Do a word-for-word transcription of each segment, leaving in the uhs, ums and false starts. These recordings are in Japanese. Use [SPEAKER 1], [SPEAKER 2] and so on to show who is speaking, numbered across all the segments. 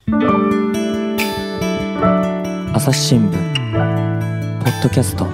[SPEAKER 1] 朝日新聞ポッドキャスト。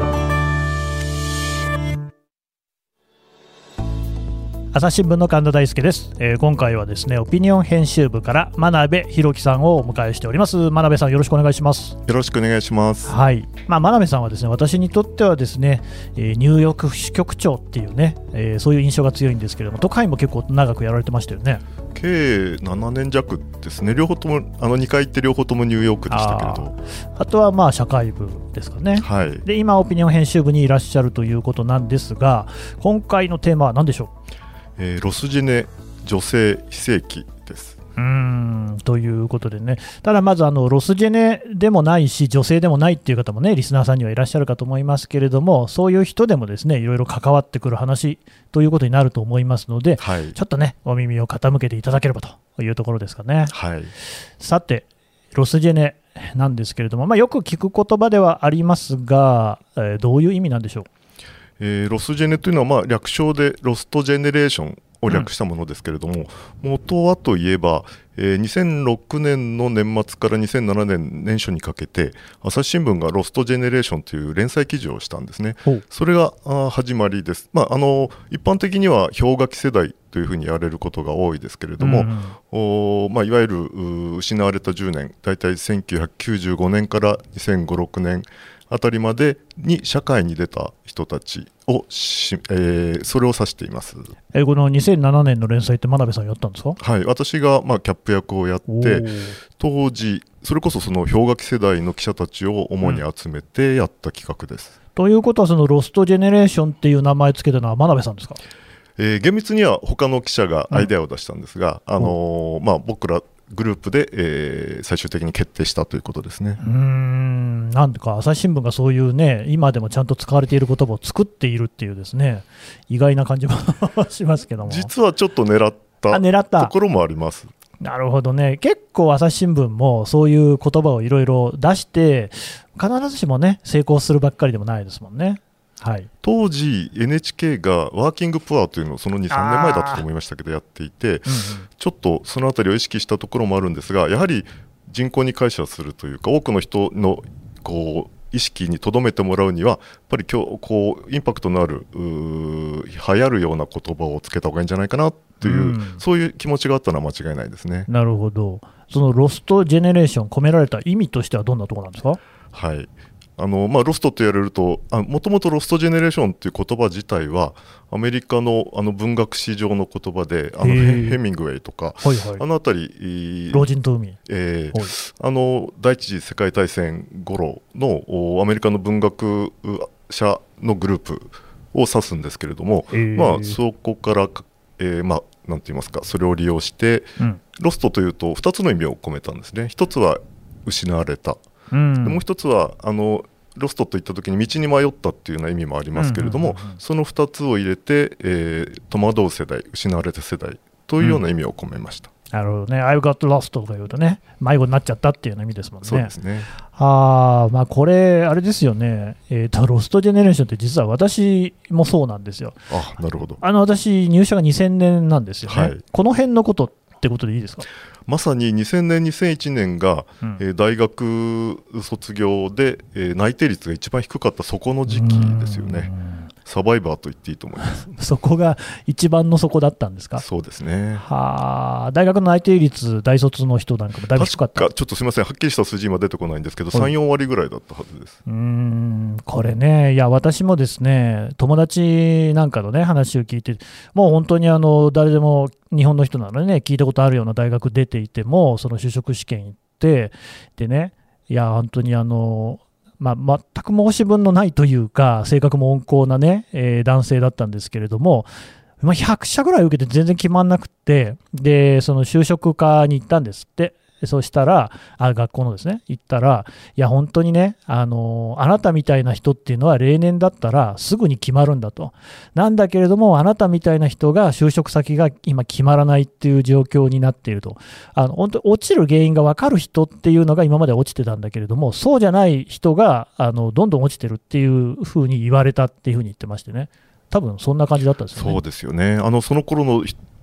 [SPEAKER 2] 朝日新聞の神田大輔です、えー、今回はですねオピニオン編集部から真鍋弘樹さんをお迎えしております。真鍋さん、よろしくお願いします。
[SPEAKER 3] よろしくお願いします。
[SPEAKER 2] はい、まあ、真鍋さんはですね私にとってはですね、えー、ニューヨーク支局長っていうね、えー、そういう印象が強いんですけれども、都会も結構長くやられてましたよね。
[SPEAKER 3] 計ななねん弱ですね。両方ともあのにかい行って両方ともニューヨークでしたけれど、
[SPEAKER 2] あ, あとはまあ社会部ですかね、
[SPEAKER 3] はい、
[SPEAKER 2] で今オピニオン編集部にいらっしゃるということなんですが、今回のテーマは何でしょう。
[SPEAKER 3] えー、ロスジェネ女性非正規です。
[SPEAKER 2] うーんということでね、ただまずあのロスジェネでもないし女性でもないっていう方もねリスナーさんにはいらっしゃるかと思いますけれども、そういう人でもですねいろいろ関わってくる話ということになると思いますので、
[SPEAKER 3] はい、
[SPEAKER 2] ちょっとねお耳を傾けていただければというところですかね。
[SPEAKER 3] はい、
[SPEAKER 2] さてロスジェネなんですけれども、まあ、よく聞く言葉ではありますが、えー、どういう意味なんでしょう。
[SPEAKER 3] えー、ロスジェネというのはまあ略称でロストジェネレーションを略したものですけれども、うん、元はといえば、えー、にせんろくねんの年末からにせんななねん年初にかけて朝日新聞がロストジェネレーションという連載記事をしたんですね。それがあ始まりです。まあ、あの一般的には氷河期世代というふうに言われることが多いですけれども、うんおまあ、いわゆる失われたじゅうねん、だいたいせんきゅうひゃくきゅうじゅうごねんからにせんご、ろくねんあたりまでに社会に出た人たちをし、えー、それを指しています。
[SPEAKER 2] えこのにせんななねんの連載って真鍋さんやったんですか。
[SPEAKER 3] はい、私が、まあ、キャップ役をやって、当時それこそその氷河期世代の記者たちを主に集めてやった企画です、
[SPEAKER 2] うん、ということはそのロストジェネレーションっていう名前つけたのは真鍋さんですか。
[SPEAKER 3] えー、厳密には他の記者がアイデアを出したんですが、うんあのーまあ、僕らグループで、えー、最終的に決定したということですね。
[SPEAKER 2] うーんなんでか朝日新聞がそういうね今でもちゃんと使われている言葉を作っているっていうですね意外な感じもしますけども、
[SPEAKER 3] 実はちょっと狙った
[SPEAKER 2] あ狙った
[SPEAKER 3] ところもあります。
[SPEAKER 2] なるほどね。結構朝日新聞もそういう言葉をいろいろ出して必ずしもね成功するばっかりでもないですもんね。はい、
[SPEAKER 3] 当時 エヌエイチケー がワーキングプアというのをその にさんねんまえだったと思いましたけどやっていて、うんうん、ちょっとそのあたりを意識したところもあるんですが、やはり人口に膾炙するというか多くの人のこう意識に留めてもらうにはやっぱり今日こうインパクトのある流行るような言葉をつけた方がいいんじゃないかなという、うん、そういう気持ちがあったのは間違いないですね。
[SPEAKER 2] なるほど。そのロストジェネレーション込められた意味としてはどんなところなんですか。
[SPEAKER 3] はいあのまあ、ロストと言われるともともとロストジェネレーションという言葉自体はアメリカ の, あの文学史上の言葉であのヘミングウェイとか、はいはい、あのあたり
[SPEAKER 2] 老人と海、
[SPEAKER 3] えー、あの第一次世界大戦頃のアメリカの文学者のグループを指すんですけれども、まあ、そこから、えーまあ、なんて言いますかそれを利用して、うん、ロストというとふたつの意味を込めたんですね。一つは失われた、うん、もう一つはあのロストといった時に道に迷ったっていうような意味もありますけれども、うんうんうんうん、そのふたつを入れて、えー、戸惑う世代失われた世代というような意味を込めました、
[SPEAKER 2] うん、なるほどね。 I've got lost とか言うとね迷子になっちゃったっていうような意味ですもんね。
[SPEAKER 3] そうですね。
[SPEAKER 2] あ、まあ、これあれですよね、えーと、ロストジェネレーションって実は私もそうなんですよ。
[SPEAKER 3] あ、なるほど。
[SPEAKER 2] あの私入社がにせんねんなんですよね、はい、この辺のことってことでいいですか。
[SPEAKER 3] まさににせんねんにせんいちねんが、うんえー、大学卒業で、えー、内定率が一番低かったそこの時期ですよね。サバイバーと言っていいと思います
[SPEAKER 2] そこが一番の底だったんですか。
[SPEAKER 3] そうですね。
[SPEAKER 2] はあ、大学の内定率大卒の人なんかもだいぶ低かった。
[SPEAKER 3] 確かちょっとすみませんはっきりした数字今出てこないんですけど、さん、よんわりぐらいだったはずです。
[SPEAKER 2] うーんこれね、いや私もですね友達なんかのね話を聞いて、もう本当にあの誰でも日本の人なのにね聞いたことあるような大学出ていてもその就職試験行ってでね、いや本当にあのまあ、全く申し分のないというか性格も温厚な、ねえー、男性だったんですけれども、まあ、ひゃくしゃぐらい受けて全然決まんなくて、でその就職課に行ったんですって。そうしたらあ学校のですね行ったら、いや本当にね、あのあなたみたいな人っていうのは例年だったらすぐに決まるんだと。なんだけれどもあなたみたいな人が就職先が今決まらないっていう状況になっていると。あの本当落ちる原因が分かる人っていうのが今まで落ちてたんだけれども、そうじゃない人があのどんどん落ちてるっていうふうに言われたっていうふうに言ってましてね。多分そんな感じだったんですよね。
[SPEAKER 3] そうですよね。あのその頃の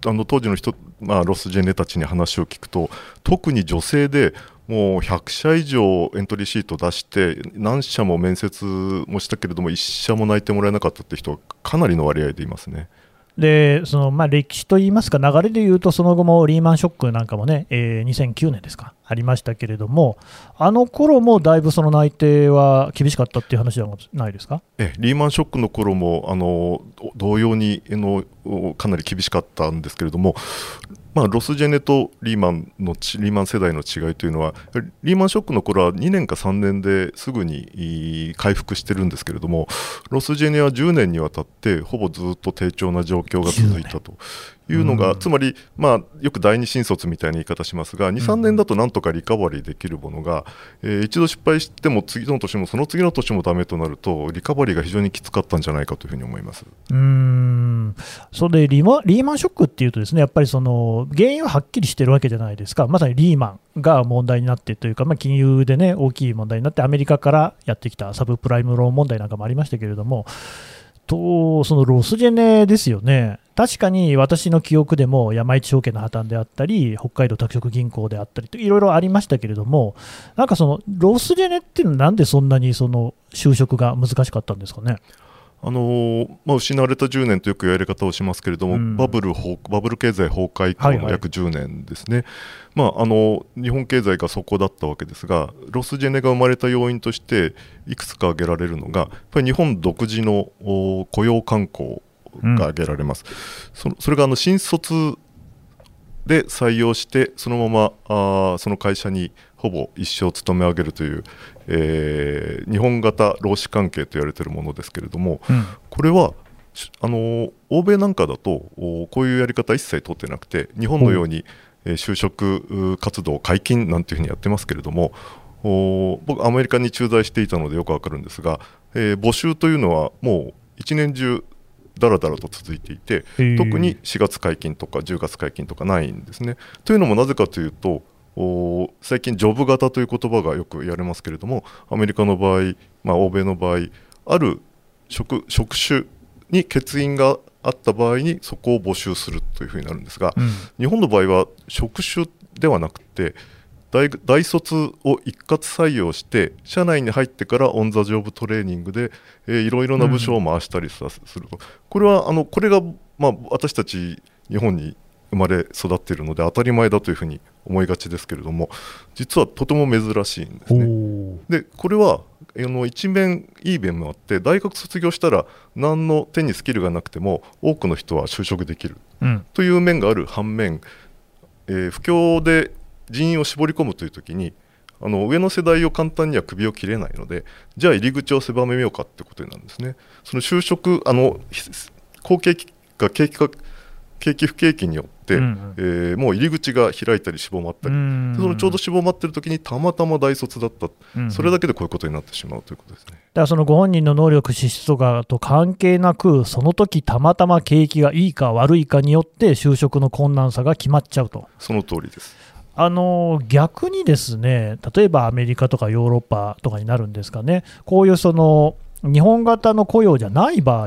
[SPEAKER 3] あの当時の人、まあ、ロスジェネたちに話を聞くと、特に女性でもうひゃくしゃ以上エントリーシートを出して何社も面接もしたけれどもいっ社も内定もらえなかったって人はかなりの割合でいますね。
[SPEAKER 2] でそのまあ歴史といいますか流れでいうと、その後もリーマンショックなんかもね、えーにせんきゅうねんですか、ありましたけれども、あの頃もだいぶその内定は厳しかったっていう話じゃないですか。
[SPEAKER 3] えリーマンショックの頃もあの同様にのかなり厳しかったんですけれども、まあ、ロスジェネとリーマンのリーマン世代の違いというのは、リーマンショックの頃はにねんかさんねんですぐに回復してるんですけれども、ロスジェネはじゅうねんにわたってほぼずっと低調な状況が続いたというのが、うん、つまり、まあ、よく第二新卒みたいな言い方しますが、にさんねんだとなんとかリカバリーできるものが、えー、一度失敗しても次の年もその次の年もダメとなると、リカバリーが非常にきつかったんじゃないかというふうに思います。
[SPEAKER 2] うーんそれでリマリーマンショックっていうとですね、やっぱりその原因ははっきりしてるわけじゃないですか。まさにリーマンが問題になってというか、まあ、金融でね大きい問題になってアメリカからやってきたサブプライムローン問題なんかもありましたけれども、とそのロスジェネですよね。確かに私の記憶でも山一証券の破綻であったり北海道拓殖銀行であったりといろいろありましたけれども、なんかそのロスジェネっていうのはなんでそんなにその就職が難しかったんですかね。
[SPEAKER 3] あのーまあ、失われたじゅうねんとよく言われ方をしますけれども、うん、バブルバブル経済崩壊以降の約じゅうねんですね、はいはいまあ、あの日本経済が底だったわけですが、ロスジェネが生まれた要因としていくつか挙げられるのが、やっぱり日本独自の雇用慣行が挙げられます、うん、そ, それがあの新卒で採用してそのままあその会社にほぼ一生勤め上げるという、えー、日本型労使関係と言われているものですけれども、うん、これはあの欧米なんかだとこういうやり方一切取ってなくて、日本のように、えー、就職活動解禁なんていうふうにやってますけれども、僕アメリカに駐在していたのでよくわかるんですが、えー、募集というのはもう一年中だらだらと続いていて、特にしがつ解禁とかじゅうがつ解禁とかないんですね。というのもなぜかというと、最近ジョブ型という言葉がよく言われますけれども、アメリカの場合、まあ、欧米の場合ある 職, 職種に欠員があった場合にそこを募集するというふうになるんですが、うん、日本の場合は職種ではなくて 大, 大卒を一括採用して社内に入ってからオンザジョブトレーニングで、えー、いろいろな部署を回したりすると、うん、これはあのこれが、まあ、私たち日本に生まれ育っているので当たり前だというふうに思いがちですけれども、実はとても珍しいんですね。でこれはあの一面いい面もあって、大学卒業したら何の手にスキルがなくても多くの人は就職できる、うん、という面がある反面、えー、不況で人員を絞り込むというときにあの上の世代を簡単には首を切れないので、じゃあ入り口を狭めようかということになるんですね。その就職あの好景気か景気か景気不景気によって、うんうんえー、もう入り口が開いたりしぼまったり、うんうん、そのちょうどしぼまっているときにたまたま大卒だった、うんうん、それだけでこういうことになってしまうということですね。
[SPEAKER 2] だからそのご本人の能力資質とかと関係なく、その時たまたま景気がいいか悪いかによって就職の困難さが決まっちゃうと。
[SPEAKER 3] その通りです。
[SPEAKER 2] あの逆にですね、例えばアメリカとかヨーロッパとかになるんですかね、こういうその日本型の雇用じゃない場合って、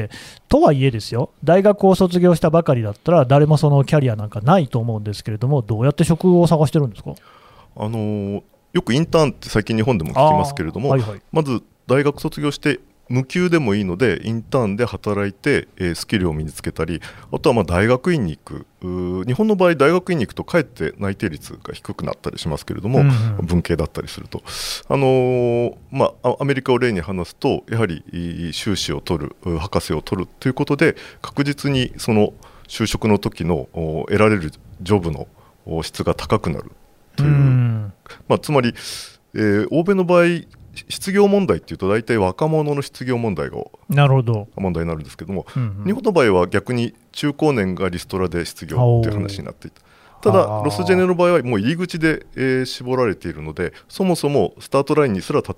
[SPEAKER 2] とはいえですよ、大学を卒業したばかりだったら誰もそのキャリアなんかないと思うんですけれども、どうやって職を探してるんですか。
[SPEAKER 3] あのよくインターンって最近日本でも聞きますけれども、はいはい、まず大学卒業して無給でもいいのでインターンで働いて、えー、スキルを身につけたり、あとはまあ大学院に行く、日本の場合大学院に行くとかえって内定率が低くなったりしますけれども、うんうん、文系だったりすると、あのーまあ、アメリカを例に話すとやはり修士を取る博士を取るということで確実にその就職の時の得られるジョブの質が高くなるという、うんまあ、つまり、えー、欧米の場合失業問題っていうと大体若者の失業問題が問題になるんですけども、うんうん、日本の場合は逆に中高年がリストラで失業っていう話になっていた。ただロスジェネの場合はもう入り口で、えー、絞られているので、そもそもスタートラインにすら立てない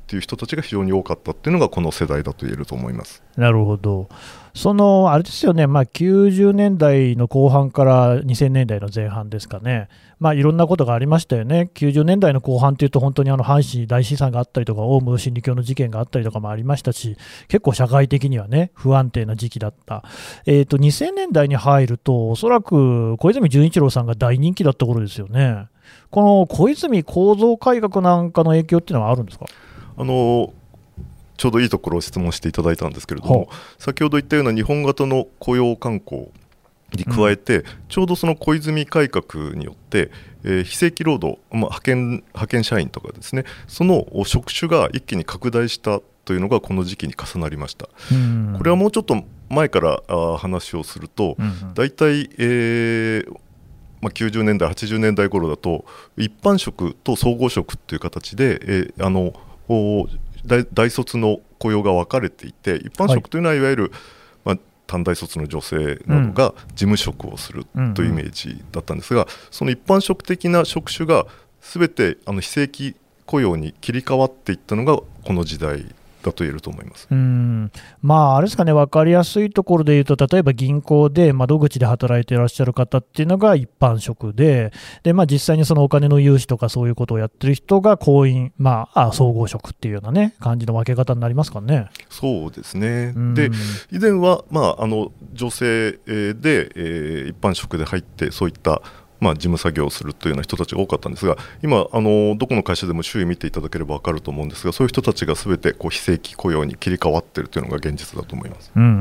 [SPEAKER 3] っていう人たちが非常に多かったっていうのがこの世代だと言えると思います。
[SPEAKER 2] なるほど。そのあれですよね、まあ、きゅうじゅうねんだいの後半からにせんねんだいの前半ですかね、まあ、いろんなことがありましたよね。きゅうじゅうねんだいの後半というと、本当にあの阪神大震災があったりとか、オウム真理教の事件があったりとかもありましたし、結構社会的にはね、不安定な時期だった。えーと、にせんねんだいに入ると、おそらく小泉純一郎さんが大人気だった頃ですよね。この小泉構造改革なんかの影響っていうのはあるんですか？
[SPEAKER 3] あのちょうどいいところを質問していただいたんですけれども、先ほど言ったような日本型の雇用慣行に加えて、うん、ちょうどその小泉改革によって、えー、非正規労働、まあ、派遣、派遣社員とかですね、その職種が一気に拡大したというのがこの時期に重なりました。うん、これはもうちょっと前からあ話をすると、だいたいまあ、きゅうじゅうねんだいはちじゅうねんだい頃だと一般職と総合職という形で、えー、あの大, 大卒の雇用が分かれていて、一般職というのはいわゆる、はい、まあ、短大卒の女性などが事務職をするというイメージだったんですが、うんうん、その一般職的な職種が全てあの非正規雇用に切り替わっていったのがこの時代だと言えると思います。
[SPEAKER 2] うん、まあ、あれですかね、分かりやすいところで言うと、例えば銀行で窓口で働いていらっしゃる方っていうのが一般職で、でまあ、実際にそのお金の融資とかそういうことをやってる人が行員、まあ、あ総合職っていうような、ね、感じの分け方になりますかね。
[SPEAKER 3] そうですね。うん、で以前は、まあ、あの女性で、えー、一般職で入ってそういったまあ、事務作業をするというような人たちが多かったんですが、今あのどこの会社でも周囲見ていただければ分かると思うんですが、そういう人たちがすべてこう非正規雇用に切り替わっているというのが現実だと思います。
[SPEAKER 2] うんうんうん、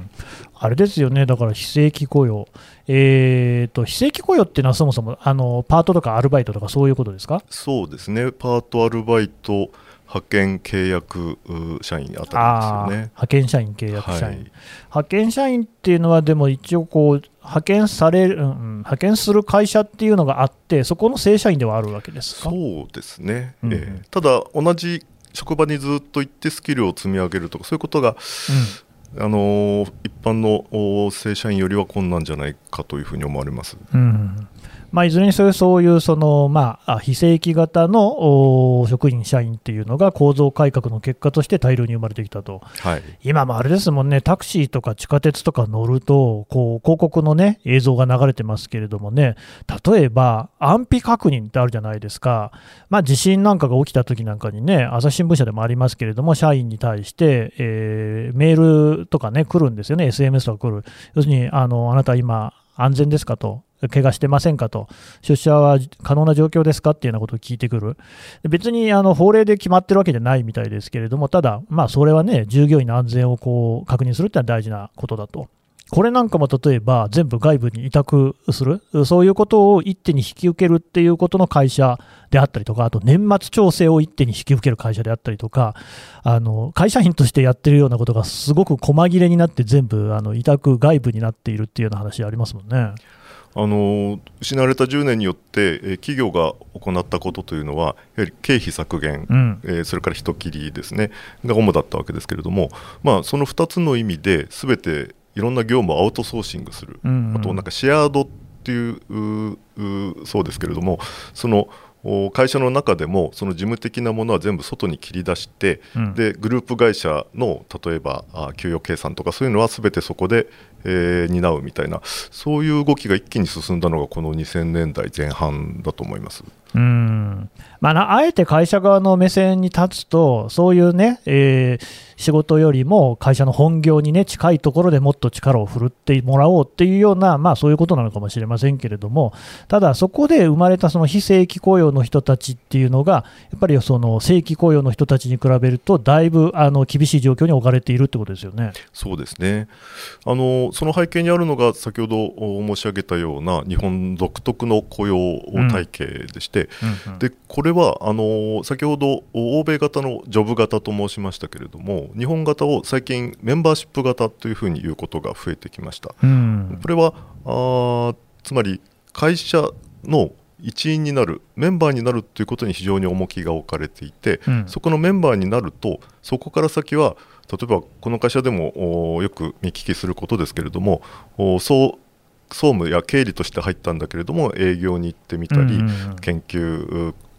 [SPEAKER 2] あれですよね、だから非正規雇用、えー、と非正規雇用っていうのはそもそもあのパートとかアルバイトとかそういうことですか？
[SPEAKER 3] そうですね、パート、アルバイト、派遣契約社員あたりですよね。
[SPEAKER 2] 派遣社員契約社員、はい、派遣社員っていうのはでも一応こう派遣される、うん、派遣する会社っていうのがあって、そこの正社員ではあるわけですか？
[SPEAKER 3] そうですね、うんうん、えー、ただ同じ職場にずっと行ってスキルを積み上げるとかそういうことが、うん、あのー、一般の正社員よりは困難じゃないかというふうに思われます。うん、
[SPEAKER 2] まあ、いずれにせよそういうその、まあ、非正規型の職員、社員っていうのが構造改革の結果として大量に生まれてきたと、はい、今もあれですもんね、タクシーとか地下鉄とか乗るとこう広告の、ね、映像が流れてますけれどもね、例えば安否確認ってあるじゃないですか、まあ、地震なんかが起きた時なんかにね、朝日新聞社でもありますけれども、社員に対して、えー、メールとかね来るんですよね、エスエムエス とか来る、要するにあのあなた今安全ですかと、怪我してませんかと、出社は可能な状況ですかっていうようなことを聞いてくる。別にあの法令で決まってるわけじゃないみたいですけれども、ただ、まあ、それはね、従業員の安全をこう確認するっていうのは大事なことだと。これなんかも例えば全部外部に委託する、そういうことを一手に引き受けるっていうことの会社であったりとか、あと年末調整を一手に引き受ける会社であったりとか、あの会社員としてやってるようなことがすごく細切れになって全部あの委託外部になっているっていうような話ありますもんね。
[SPEAKER 3] あの失われたじゅうねんによって、えー、企業が行ったことというのはやはり経費削減、うん、えー、それから人切りですねが主だったわけですけれども、まあ、そのふたつの意味で全ていろんな業務をアウトソーシングする、うんうん、あとなんかシェアードっていうそうですけれども、その会社の中でもその事務的なものは全部外に切り出して、うん、でグループ会社の例えば給与計算とかそういうのは全てそこで、えー、担うみたいな、そういう動きが一気に進んだのがこのにせんねんだいぜん半だと思います。
[SPEAKER 2] うん、まあ、あえて会社側の目線に立つと、そういうね、えー、仕事よりも会社の本業にね近いところでもっと力を振るってもらおうっていうような、まあ、そういうことなのかもしれませんけれども、ただそこで生まれたその非正規雇用の人たちっていうのがやっぱりその正規雇用の人たちに比べるとだいぶあの厳しい状況に置かれているってことですよね。
[SPEAKER 3] そうですね。あのその背景にあるのが先ほど申し上げたような日本独特の雇用体系でして、うんうんうん、でこれはあの先ほど欧米型のジョブ型と申しましたけれども、日本型を最近メンバーシップ型というふうに言うことが増えてきました、うん、これはあつまり会社の一員になる、メンバーになるということに非常に重きが置かれていて、うん、そこのメンバーになるとそこから先は例えばこの会社でもよく見聞きすることですけれども、そう総務や経理として入ったんだけれども営業に行ってみたり、うんうんうん、研究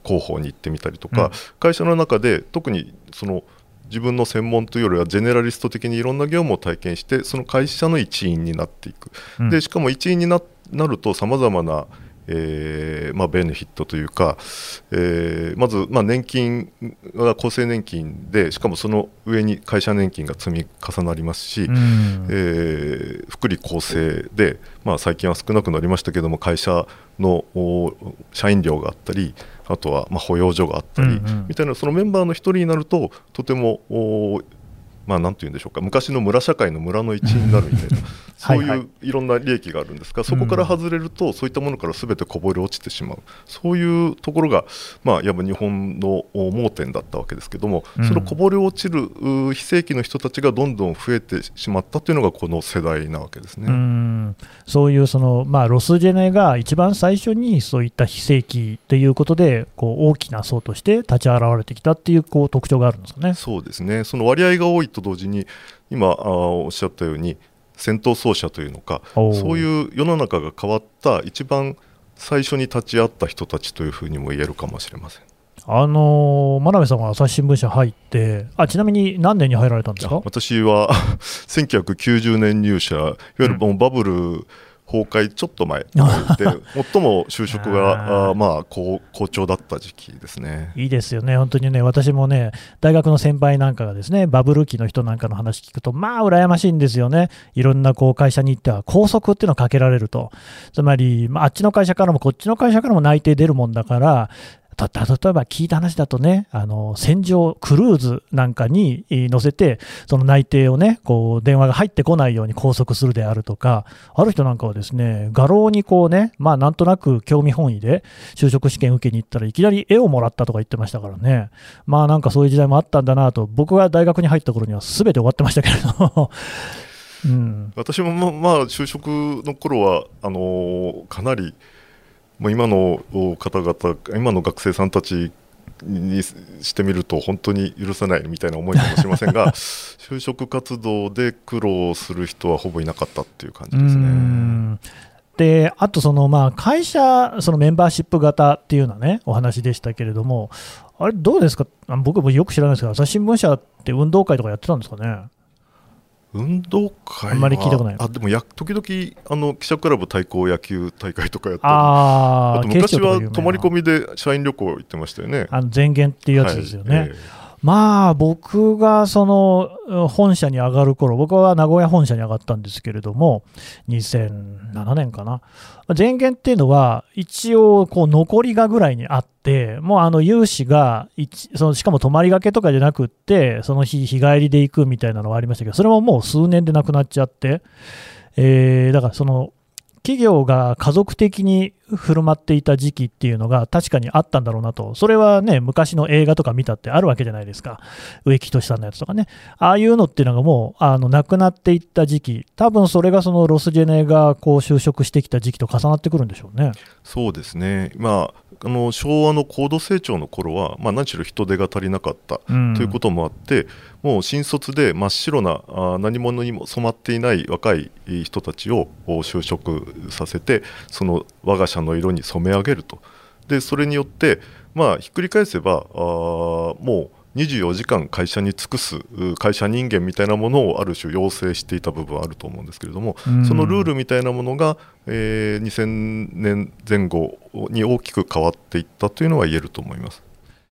[SPEAKER 3] 広報に行ってみたりとか、
[SPEAKER 2] うん、
[SPEAKER 3] 会社の中で特にその自分の専門というよりはジェネラリスト的にいろんな業務を体験してその会社の一員になっていく、うん、でしかも一員に な, なるとさまざまな、えーまあ、ベネフィットというか、えー、まず、まあ、年金が厚生年金でしかもその上に会社年金が積み重なりますし、うんえー、福利厚生で、まあ、最近は少なくなりましたけども会社の社員寮があったりあとはまあ保養所があったり、うんうん、みたいなそのメンバーの一人になるととてもまあなんていうんでしょうか昔の村社会の村の一員になるみたいなそういういろんな利益があるんですがそこから外れるとそういったものから全てこぼれ落ちてしまうそういうところがまあやっぱ日本の盲点だったわけですけども、うん、そのこぼれ落ちる非正規の人たちがどんどん増えてしまったというのがこの世代なわけですね。
[SPEAKER 2] うんそういうその、まあ、ロスジェネが一番最初にそういった非正規ということでこう大きな層として立ち現れてきたっていう、こう特徴があるんですかね。
[SPEAKER 3] そうですね。その割合が多いと同時に今あおっしゃったように先頭走者というのかそういう世の中が変わった一番最初に立ち会った人たちというふうにも言えるかもしれません。
[SPEAKER 2] あの真鍋さんは朝日新聞社入ってあちなみに何年に入られたんですか？
[SPEAKER 3] 私はせんきゅうひゃくきゅうじゅうねん入社いわゆるもうバブル崩壊ちょっと前で最も就職があまあ好調だった時期ですね。
[SPEAKER 2] いいですよね本当にね。私もね大学の先輩なんかがですねバブル期の人なんかの話聞くとまあ羨ましいんですよね。いろんなこう会社に行っては拘束っていうのをかけられるとつまり、まあ、あっちの会社からもこっちの会社からも内定出るもんだから例えば聞いた話だとねあの船上クルーズなんかに乗せてその内定をねこう電話が入ってこないように拘束するであるとかある人なんかはですね画廊にこうねまあなんとなく興味本位で就職試験受けに行ったらいきなり絵をもらったとか言ってましたからね。まあなんかそういう時代もあったんだなと僕が大学に入った頃には全て終わってましたけれどうん、
[SPEAKER 3] 私もま、まあ就職の頃はあのー、かなりもう今の方々今の学生さんたちにしてみると本当に許せないみたいな思いかもしれませんが就職活動で苦労する人はほぼいなかったっていう感じですね。
[SPEAKER 2] うんであとそのまあ会社そのメンバーシップ型っていうようなねお話でしたけれどもあれどうですか？僕もよく知らないですけど朝日新聞社って運動会とかやってたんですかね？
[SPEAKER 3] 運動会は
[SPEAKER 2] あんまり聞いたことない。
[SPEAKER 3] あでもや時々あの記者クラブ対抗野球大会とかやったり
[SPEAKER 2] あ,
[SPEAKER 3] あと昔は泊まり込みで社員旅行行ってましたよね。
[SPEAKER 2] あの前言っていうやつですよね、
[SPEAKER 3] はいえー、
[SPEAKER 2] まあ僕がその本社に上がる頃僕は名古屋本社に上がったんですけれどもにせんななねんかな。前言っていうのは一応こう残りがぐらいにあってもうあの有志がそのしかも泊まりがけとかじゃなくってその日日帰りで行くみたいなのはありましたけどそれももう数年でなくなっちゃって、えー、だからその企業が家族的に振る舞っていた時期っていうのが確かにあったんだろうなと。それはね昔の映画とか見たってあるわけじゃないですか。植木等さんのやつとかねああいうのっていうのがもうあのなくなっていった時期多分それがそのロスジェネがこう就職してきた時期と重なってくるんでしょうね。
[SPEAKER 3] そうですね、まあ、あの昭和の高度成長の頃は、まあ、何しろ人手が足りなかった、うん、ということもあってもう新卒で真っ白なあ何者にも染まっていない若い人たちを就職させてその我が社の色に染め上げると。でそれによって、まあ、ひっくり返せばあもうにじゅうよじかん会社に尽くす会社人間みたいなものをある種要請していた部分はあると思うんですけれども、うん、そのルールみたいなものが、えー、にせんねんぜん後に大きく変わっていったというのは言えると思います。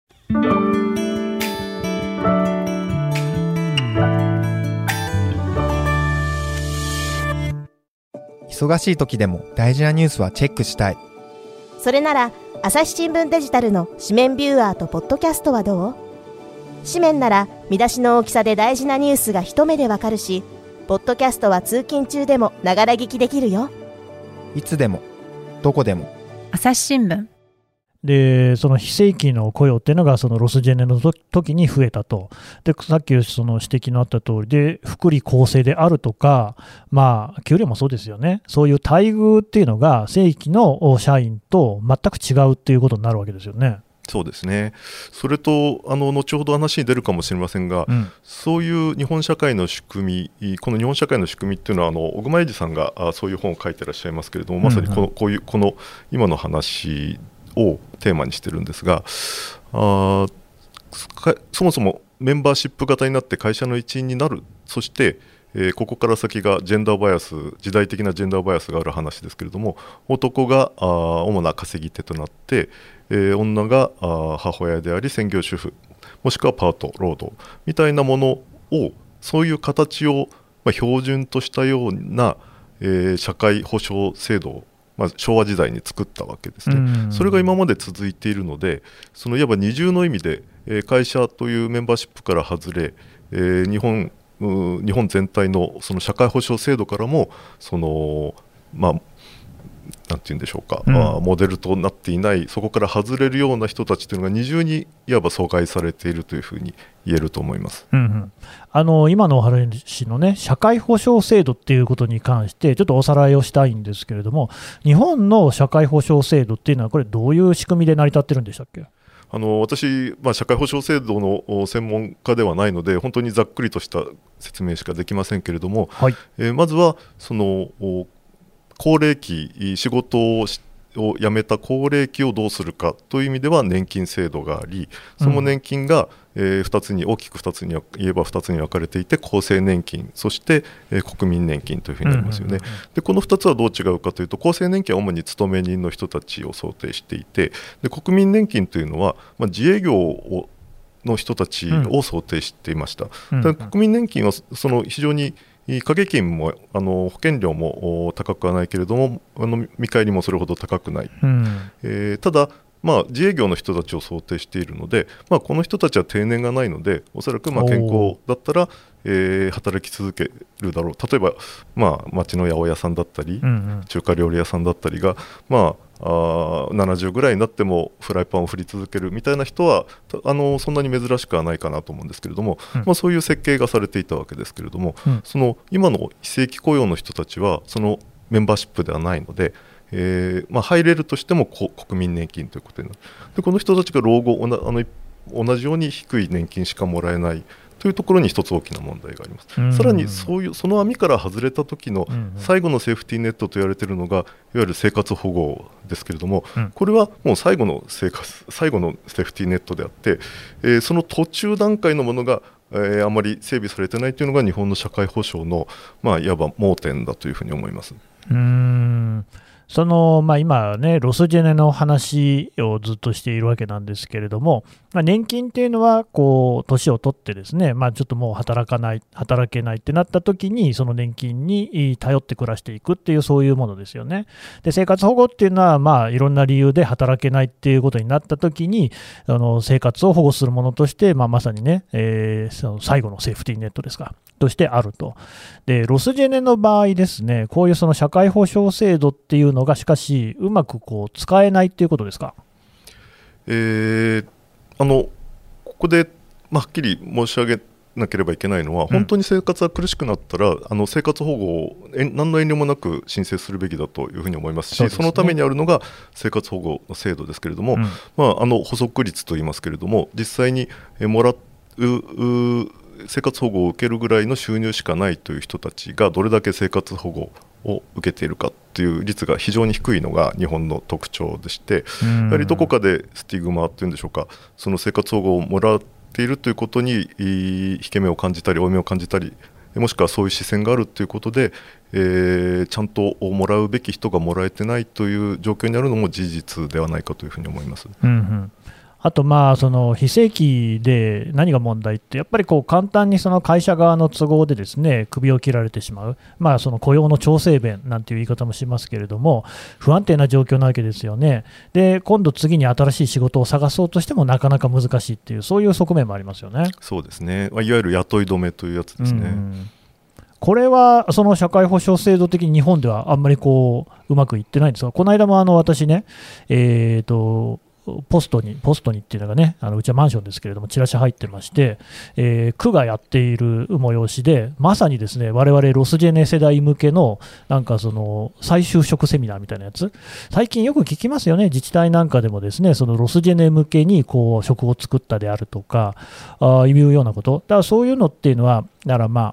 [SPEAKER 4] 忙しい時でも大事なニュースはチェックしたい。
[SPEAKER 5] それなら朝日新聞デジタルの紙面ビューアーとポッドキャストはどう？紙面なら見出しの大きさで大事なニュースが一目でわかるし、ポッドキャストは通勤中でもながら聞きできるよ。
[SPEAKER 4] いつでもどこでも
[SPEAKER 6] 朝日新聞
[SPEAKER 2] でその非正規の雇用っていうのがそのロスジェネの時に増えたと。でさっきその指摘のあった通りで福利厚生であるとかまあ給料もそうですよね。そういう待遇っていうのが正規の社員と全く違うっていうことになるわけですよね。
[SPEAKER 3] そうですね。それとあの後ほど話に出るかもしれませんが、うん、そういう日本社会の仕組みこの日本社会の仕組みっていうのはあの小熊英二さんがあそういう本を書いてらっしゃいますけれどもまさにこの、うんうん、こういうこの今の話をテーマにしてるんですが、あそもそもメンバーシップ型になって会社の一員になる、そして、えー、ここから先がジェンダーバイアス、時代的なジェンダーバイアスがある話ですけれども、男があ主な稼ぎ手となって、えー、女があ母親であり専業主婦、もしくはパート労働みたいなものを、そういう形を、まあ、標準としたような、えー、社会保障制度を、まあ、昭和時代に作ったわけですね。それが今まで続いているので、そのいわば二重の意味で、えー、会社というメンバーシップから外れ、えー、日本日本全体のその社会保障制度からもその、まあ、なんていうんでしょうか、うん、まあ、モデルとなっていない、そこから外れるような人たちというのが二重にいわば阻害されているというふうに言えると思います、
[SPEAKER 2] うんうん、あの今のお話の、ね、社会保障制度っていうことに関してちょっとおさらいをしたいんですけれども、日本の社会保障制度っていうのはこれどういう仕組みで成り立ってるんでしたっけ？
[SPEAKER 3] あの私、まあ、社会保障制度の専門家ではないので本当にざっくりとした説明しかできませんけれども、はい、えー、まずはその高齢期、仕事をしを辞めた高齢期をどうするかという意味では年金制度があり、その年金が、うん、えー、ふたつに大きくふたつに言えばふたつに分かれていて、厚生年金、そして、えー、国民年金というふうになりますよね、うんうんうん、でこのふたつはどう違うかというと、厚生年金は主に勤め人の人たちを想定していて、で国民年金というのは、まあ、自営業をの人たちを想定していました、うんうん、国民年金はその非常に掛け金もあの保険料も高くはないけれども、あの見返りもそれほど高くない、うん、えー、ただ、まあ、自営業の人たちを想定しているので、まあ、この人たちは定年がないので、おそらくまあ健康だったら、えー、働き続けるだろう。例えば、まあ、町の八百屋さんだったり、うんうん、中華料理屋さんだったりが、まああななじゅうぐらいになってもフライパンを振り続けるみたいな人はあのそんなに珍しくはないかなと思うんですけれども、うん、まあ、そういう設計がされていたわけですけれども、うん、その今の非正規雇用の人たちはそのメンバーシップではないので、えーまあ、入れるとしても国民年金ということになる。でこの人たちが老後おなあの同じように低い年金しかもらえないというところに一つ大きな問題があります。うん、さらにそういうその網から外れた時の最後のセーフティーネットと言われているのがいわゆる生活保護ですけれども、うん、これはもう最後の生活最後のセーフティーネットであって、えー、その途中段階のものが、えー、あまり整備されていないというのが日本の社会保障の、まあ、いわば盲点だというふうに思います。
[SPEAKER 2] うーんそのまあ、今ね、ロスジェネの話をずっとしているわけなんですけれども、まあ、年金っていうのはこう年を取ってですね、まあ、ちょっともう働かない、働けないってなった時にその年金に頼って暮らしていくっていう、そういうものですよね。で生活保護っていうのは、まあ、いろんな理由で働けないっていうことになった時にあの生活を保護するものとして、まあ、まさにね、えー、その最後のセーフティーネットですかとしてあると。でロスジェネの場合ですね、こういうその社会保障制度っていうのがしかしうまくこう使えないっていうことですか？
[SPEAKER 3] えー、あのここで、まあ、はっきり申し上げなければいけないのは、うん、本当に生活が苦しくなったらあの生活保護を何の遠慮もなく申請するべきだというふうに思いますし、 そ, うですね、そのためにあるのが生活保護の制度ですけれども、うん、まあ、あの補足率といいますけれども、実際にえもらう生活保護を受けるぐらいの収入しかないという人たちがどれだけ生活保護を受けているかという率が非常に低いのが日本の特徴でして、やはりどこかでスティグマというんでしょうか、その生活保護をもらっているということに引け目を感じたり負い目を感じたり、もしくはそういう視線があるということで、えー、ちゃんともらうべき人がもらえてないという状況にあるのも事実ではないかというふうに思います。
[SPEAKER 2] うんうん、あと、まあその非正規で何が問題って、やっぱりこう簡単にその会社側の都合でですね首を切られてしまう、まあ、その雇用の調整弁なんていう言い方もしますけれども、不安定な状況なわけですよね。で今度次に新しい仕事を探そうとしてもなかなか難しいっていう、そういう側面もありますよね。
[SPEAKER 3] そうですね、いわゆる雇い止めというやつですね。うん、
[SPEAKER 2] これはその社会保障制度的に日本ではあんまりこううまくいってないんですが、この間もあの私ね、えーとポストに、ポストにっていうのがね、あのうちはマンションですけれども、チラシ入ってまして、えー、区がやっている催しで、まさにですね、我々ロスジェネ世代向けの、なんかその再就職セミナーみたいなやつ、最近よく聞きますよね、自治体なんかでもですね、そのロスジェネ向けにこう職を作ったであるとか、あいうようなこと、だからそういうのっていうのは、だからまあ、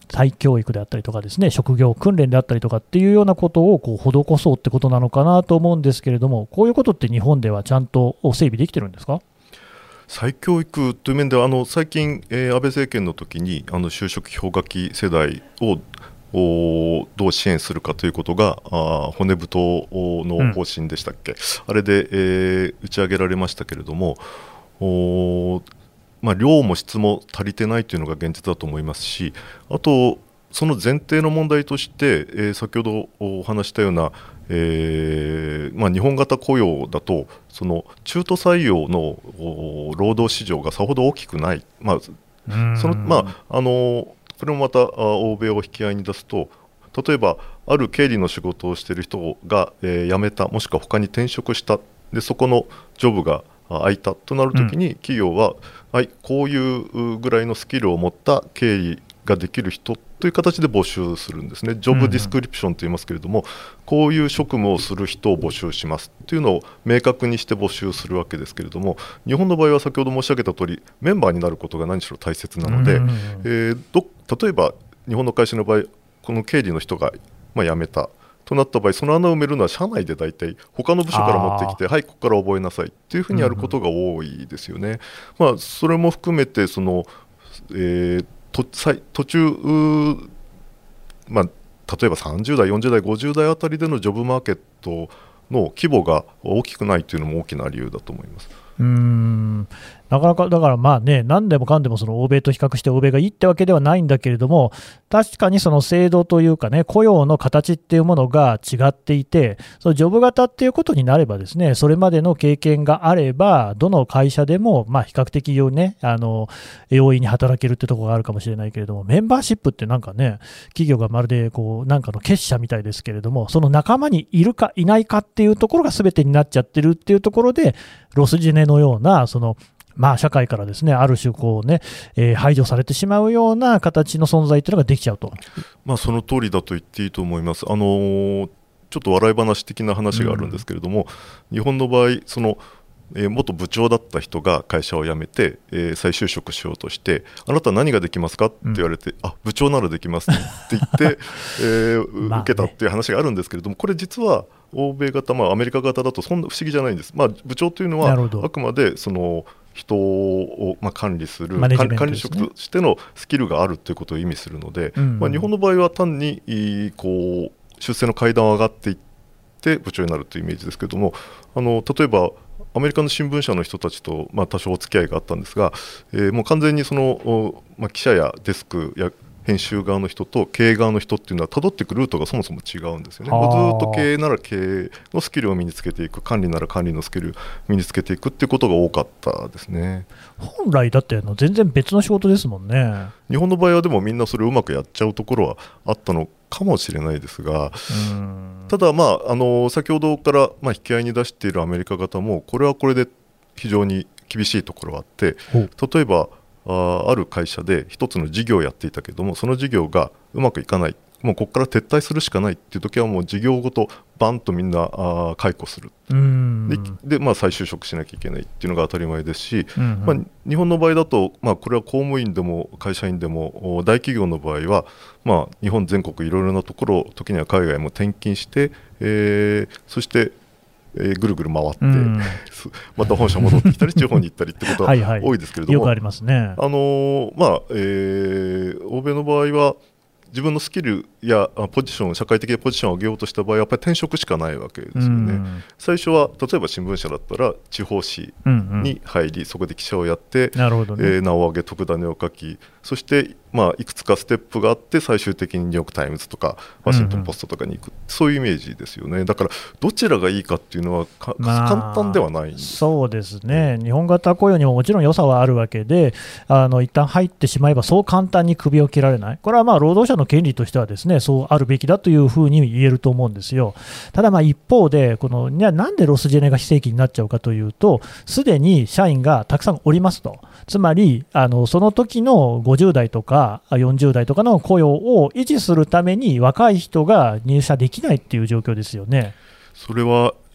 [SPEAKER 2] 再教育であったりとかですね、職業訓練であったりとかっていうようなことをこう施そうってことなのかなと思うんですけれども、こういうことって日本ではちゃんと整備できてるんですか？
[SPEAKER 3] 再教育という面ではあの最近、えー、安倍政権の時にあの就職氷河期世代をどう支援するかということがあ骨太の方針でしたっけ、うん、あれで、えー、打ち上げられましたけれども、お、まあ、量も質も足りてないというのが現実だと思いますし、あとその前提の問題として、えー、先ほどお話したような、えーまあ、日本型雇用だとその中途採用の労働市場がさほど大きくない、まあそのまあ、あのこれもまた欧米を引き合いに出すと、例えばある経理の仕事をしている人が、えー、辞めた、もしくは他に転職した、でそこのジョブが空いたとなるときに、うん、企業は、はい、こういうぐらいのスキルを持った経理ができる人という形で募集するんですね。ジョブディスクリプションと言いますけれども、うん、こういう職務をする人を募集しますというのを明確にして募集するわけですけれども、日本の場合は先ほど申し上げた通りメンバーになることが何しろ大切なので、うんえー、ど例えば日本の会社の場合この経理の人が、まあ、辞めたとなった場合、その穴を埋めるのは社内で大体他の部署から持ってきて、はいここから覚えなさいというふうにやることが多いですよね。うんまあ、それも含めてその、えー途, 途中、まあ、例えばさんじゅう代よんじゅう代ごじゅう代あたりでのジョブマーケットの規模が大きくないというのも大きな理由だと思います。
[SPEAKER 2] うーんなかなかだからまあね、何でもかんでもその欧米と比較して欧米がいいってわけではないんだけれども、確かにその制度というかね、雇用の形っていうものが違っていて、そのジョブ型っていうことになればですね、それまでの経験があれば、どの会社でもまあ比較的ね、あの容易に働けるってところがあるかもしれないけれども、メンバーシップってなんかね、企業がまるでこうなんかの結社みたいですけれども、その仲間にいるかいないかっていうところが全てになっちゃってるっていうところで、ロスジェネのようなそのまあ、社会からですねある種こう、ねえー、排除されてしまうような形の存在というのができちゃうと、
[SPEAKER 3] まあ、その通りだと言っていいと思います。あのー、ちょっと笑い話的な話があるんですけれども、うん、日本の場合その、えー、元部長だった人が会社を辞めて、えー、再就職しようとして、あなた何ができますかって言われて、うん、あ部長ならできますって言って、えー、受けたっていう話があるんですけれども、これ実は欧米型、まあ、アメリカ型だとそんな不思議じゃないんです。まあ、部長というのはあくまでその人をまあ管理する、ね、管理職としてのスキルがあるということを意味するので、うんうんまあ、日本の場合は単にこう出世の階段を上がっていって部長になるというイメージですけれども、あの例えばアメリカの新聞社の人たちと、まあ、多少お付き合いがあったんですが、えー、もう完全にその、まあ、記者やデスクや編集側の人と経営側の人っていうのは辿っていくルートがそもそも違うんですよね。ずっと経営なら経営のスキルを身につけていく、管理なら管理のスキルを身につけていくっていうことが多かったですね。
[SPEAKER 2] 本来だってあの全然別の仕事ですもんね。
[SPEAKER 3] 日本の場合はでもみんなそれをうまくやっちゃうところはあったのかもしれないですが、うんただ、まあ、あの先ほどから、まあ、引き合いに出しているアメリカ型もこれはこれで非常に厳しいところがあって、例えばあ, ある会社で一つの事業をやっていたけども、その事業がうまくいかない、もうここから撤退するしかないっていう時はもう事業ごとバンとみんなあ解雇する、うんで, で、まあ、再就職しなきゃいけないっていうのが当たり前ですし、うんうんまあ、日本の場合だと、まあ、これは公務員でも会社員でも大企業の場合は、まあ、日本全国いろいろなところ、時には海外も転勤して、えー、そしてえー、ぐるぐる回って、うん、また本社戻ってきたり地方に行ったりってことは多いですけれども、
[SPEAKER 2] よくありますね。
[SPEAKER 3] あのーまあえー、欧米の場合は自分のスキルやポジション、社会的なポジションを上げようとした場合はやっぱり転職しかないわけですよね、うん、最初は例えば新聞社だったら地方紙に入り、うんうん、そこで記者をやって、なるほどね、えー、名を上げ特ダネを書き、そして、まあ、いくつかステップがあって最終的にニューヨークタイムズとかワシントンポストとかに行く、うんうん、そういうイメージですよね。だからどちらがいいかっていうのはか、まあ、簡単ではないんです。
[SPEAKER 2] そうですね、うん、日本型雇用にももちろん良さはあるわけで、あの一旦入ってしまえばそう簡単に首を切られない、これはまあ労働者の権利としてはですね、そうあるべきだというふうに言えると思うんですよ。ただまあ一方でこのなんでロスジェネが非正規になっちゃうかというと、すでに社員がたくさんおりますと、つまりあのその時のごじゅう代とかよんじゅう代とかの雇用を維持するために若い人が入社できないっていう状況ですよね。
[SPEAKER 3] それは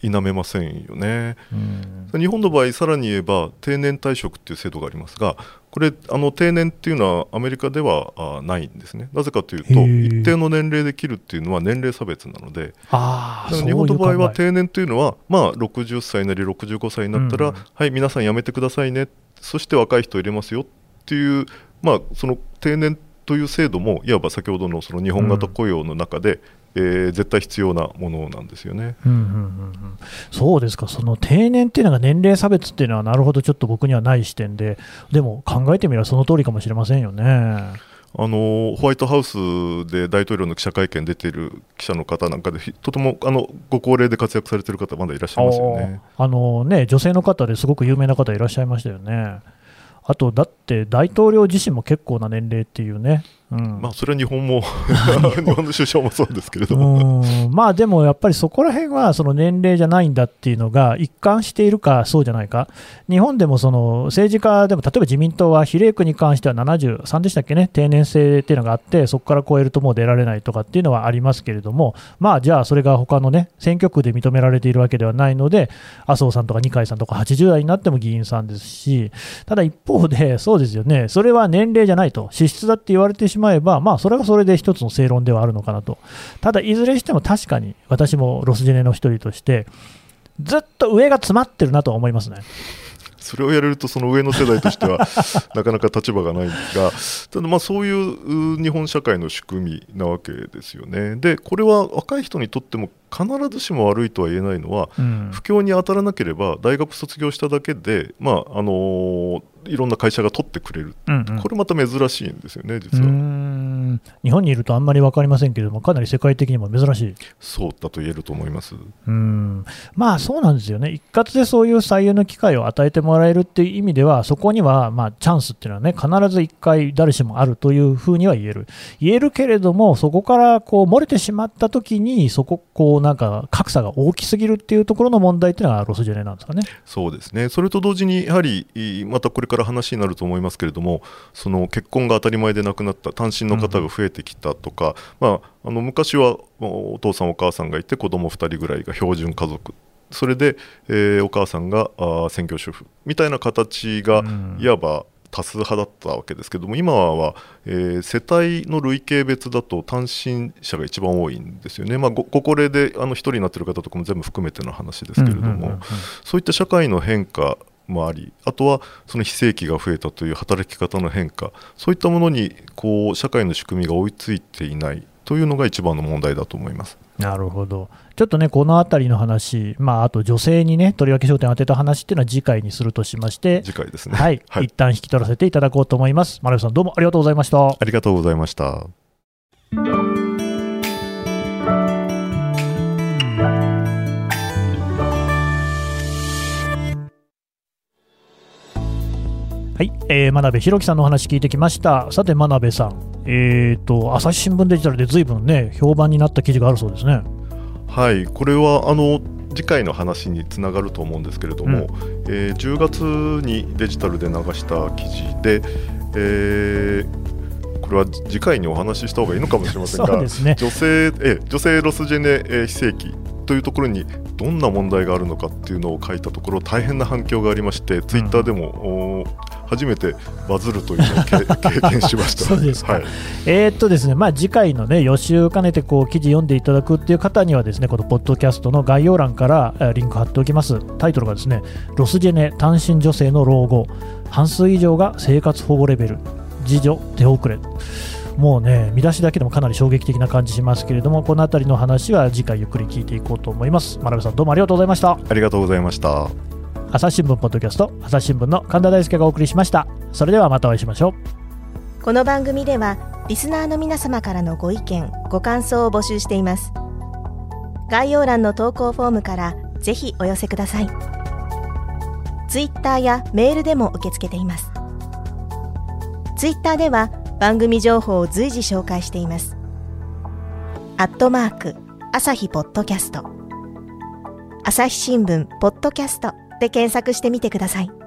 [SPEAKER 3] 否めませんよね。
[SPEAKER 2] うん、
[SPEAKER 3] 日本の場合さらに言えば定年退職っていう制度がありますが、これあの定年っていうのはアメリカではあないんですね。なぜかというと一定の年齢で切るっていうのは年齢差別なので、
[SPEAKER 2] あ
[SPEAKER 3] だから日本の場合は定年というのはまあろくじゅっさいなりろくじゅうごさいになったら、うん、はい皆さん辞めてくださいね、そして若い人を入れますよっていう、まあ、その定年という制度もいわば先ほどのその日本型雇用の中で、うんえー、絶対必要なものなんですよね。
[SPEAKER 2] うんうんうんうん、そうですか。その定年っていうのが年齢差別っていうのはなるほどちょっと僕にはない視点で、でも考えてみればその通りかもしれませんよね。
[SPEAKER 3] あのホワイトハウスで大統領の記者会見出ている記者の方なんかでとてもあのご高齢で活躍されている方まだいらっしゃいますよね。
[SPEAKER 2] あのね女性の方ですごく有名な方いらっしゃいましたよね。あとだって大統領自身も結構な年齢っていうね、うん、
[SPEAKER 3] まあそれは日本も日本の首相もそうですけれども
[SPEAKER 2] うんまあでもやっぱりそこら辺はその年齢じゃないんだっていうのが一貫しているかそうじゃないか。日本でもその政治家でも例えば自民党は比例区に関してはななじゅうさんでしたっけね、定年制っていうのがあってそこから超えるともう出られないとかっていうのはありますけれども、まあじゃあそれが他のね選挙区で認められているわけではないので、麻生さんとか二階さんとかはちじゅう代になっても議員さんですし、ただ一方でそうですよね、それは年齢じゃないと資質だって言われてしまえば、まあそれはそれで一つの正論ではあるのかなと。ただいずれにしても確かに私もロスジェネの一人としてずっと上が詰まってるなとは思いますね。
[SPEAKER 3] それをやれるとその上の世代としてはなかなか立場がないんですが、ただまあそういう日本社会の仕組みなわけですよね。でこれは若い人にとっても必ずしも悪いとは言えないのは、うん、不況に当たらなければ大学卒業しただけで、まああのー、いろんな会社が取ってくれる、うんうん、これまた珍しいんですよね実は。うー
[SPEAKER 2] ん日本にいるとあんまり分かりませんけれども、かなり世界的にも珍しい。
[SPEAKER 3] そうだと言えると思います。
[SPEAKER 2] うーんまあそうなんですよね。一括でそういう採用の機会を与えてもらえるっていう意味では、そこにはまあチャンスっていうのはね必ず一回誰しもあるというふうには言える言えるけれども、そこからこう漏れてしまった時にそここうなんか格差が大きすぎるっていうところの問題っていうのがロスジェネなんですかね。
[SPEAKER 3] そうですね。それと同時にやはりまたこれから話になると思いますけれども、その結婚が当たり前でなくなった単身の方が増えてきたとか、うんまあ、あの昔はお父さんお母さんがいて子供ふたりぐらいが標準家族、それで、えー、お母さんがあ専業主婦みたいな形がいわば多数派だったわけですけども、今は、えー、世帯の累計別だと単身者が一番多いんですよね。まあ、ご, ご高齢であのひとりになっている方とかも全部含めての話ですけれども、うんうんうんうん、そういった社会の変化もあり、あとはその非正規が増えたという働き方の変化、そういったものにこう社会の仕組みが追いついていないというのが一番の問題だと思います。
[SPEAKER 2] なるほど。ちょっとねこのあたりの話、まあ、あと女性にねとりわけ焦点を当てた話っていうのは次回にするとしまして、
[SPEAKER 3] 次回ですね、
[SPEAKER 2] はい、はい、一旦引き取らせていただこうと思います。丸山さんどうもありがとうございました。
[SPEAKER 3] ありがとうございました。
[SPEAKER 2] はい、えー、真鍋弘樹さんのお話聞いてきました。さて真鍋さん、えーと、朝日新聞デジタルで随分ね評判になった記事があるそうですね。
[SPEAKER 3] はい、これはあの次回の話につながると思うんですけれども、うんえー、じゅうがつにデジタルで流した記事で、えー、これは次回にお話しした方がいいのかもしれませんが、
[SPEAKER 2] そうですね、
[SPEAKER 3] 女性、え女性ロスジェネ、えー、非正規というところにどんな問題があるのかっていうのを書いたところ大変な反響がありまして、ツイッターでも、うん初めてバズるというのを経験しました
[SPEAKER 2] そうですか、
[SPEAKER 3] はい、
[SPEAKER 2] えーっとですねまあ、次回の、ね、予習を兼ねてこう記事読んでいただくっていう方にはですね、このポッドキャストの概要欄からリンク貼っておきます。タイトルがですね、ロスジェネ単身女性の老後、半数以上が生活保護レベル、自助手遅れ。もうね見出しだけでもかなり衝撃的な感じしますけれども、このあたりの話は次回ゆっくり聞いていこうと思います。真鍋さんどうもありがとうございました。
[SPEAKER 3] ありがとうございました。
[SPEAKER 2] 朝日新聞ポッドキャスト、朝日新聞の神田大輔がお送りしました。それではまたお会いしましょう。
[SPEAKER 5] この番組ではリスナーの皆様からのご意見ご感想を募集しています。概要欄の投稿フォームからぜひお寄せください。ツイッターやメールでも受け付けています。ツイッターでは番組情報を随時紹介しています。アットマーク朝日ポッドキャスト、朝日新聞ポッドキャストで検索してみてください。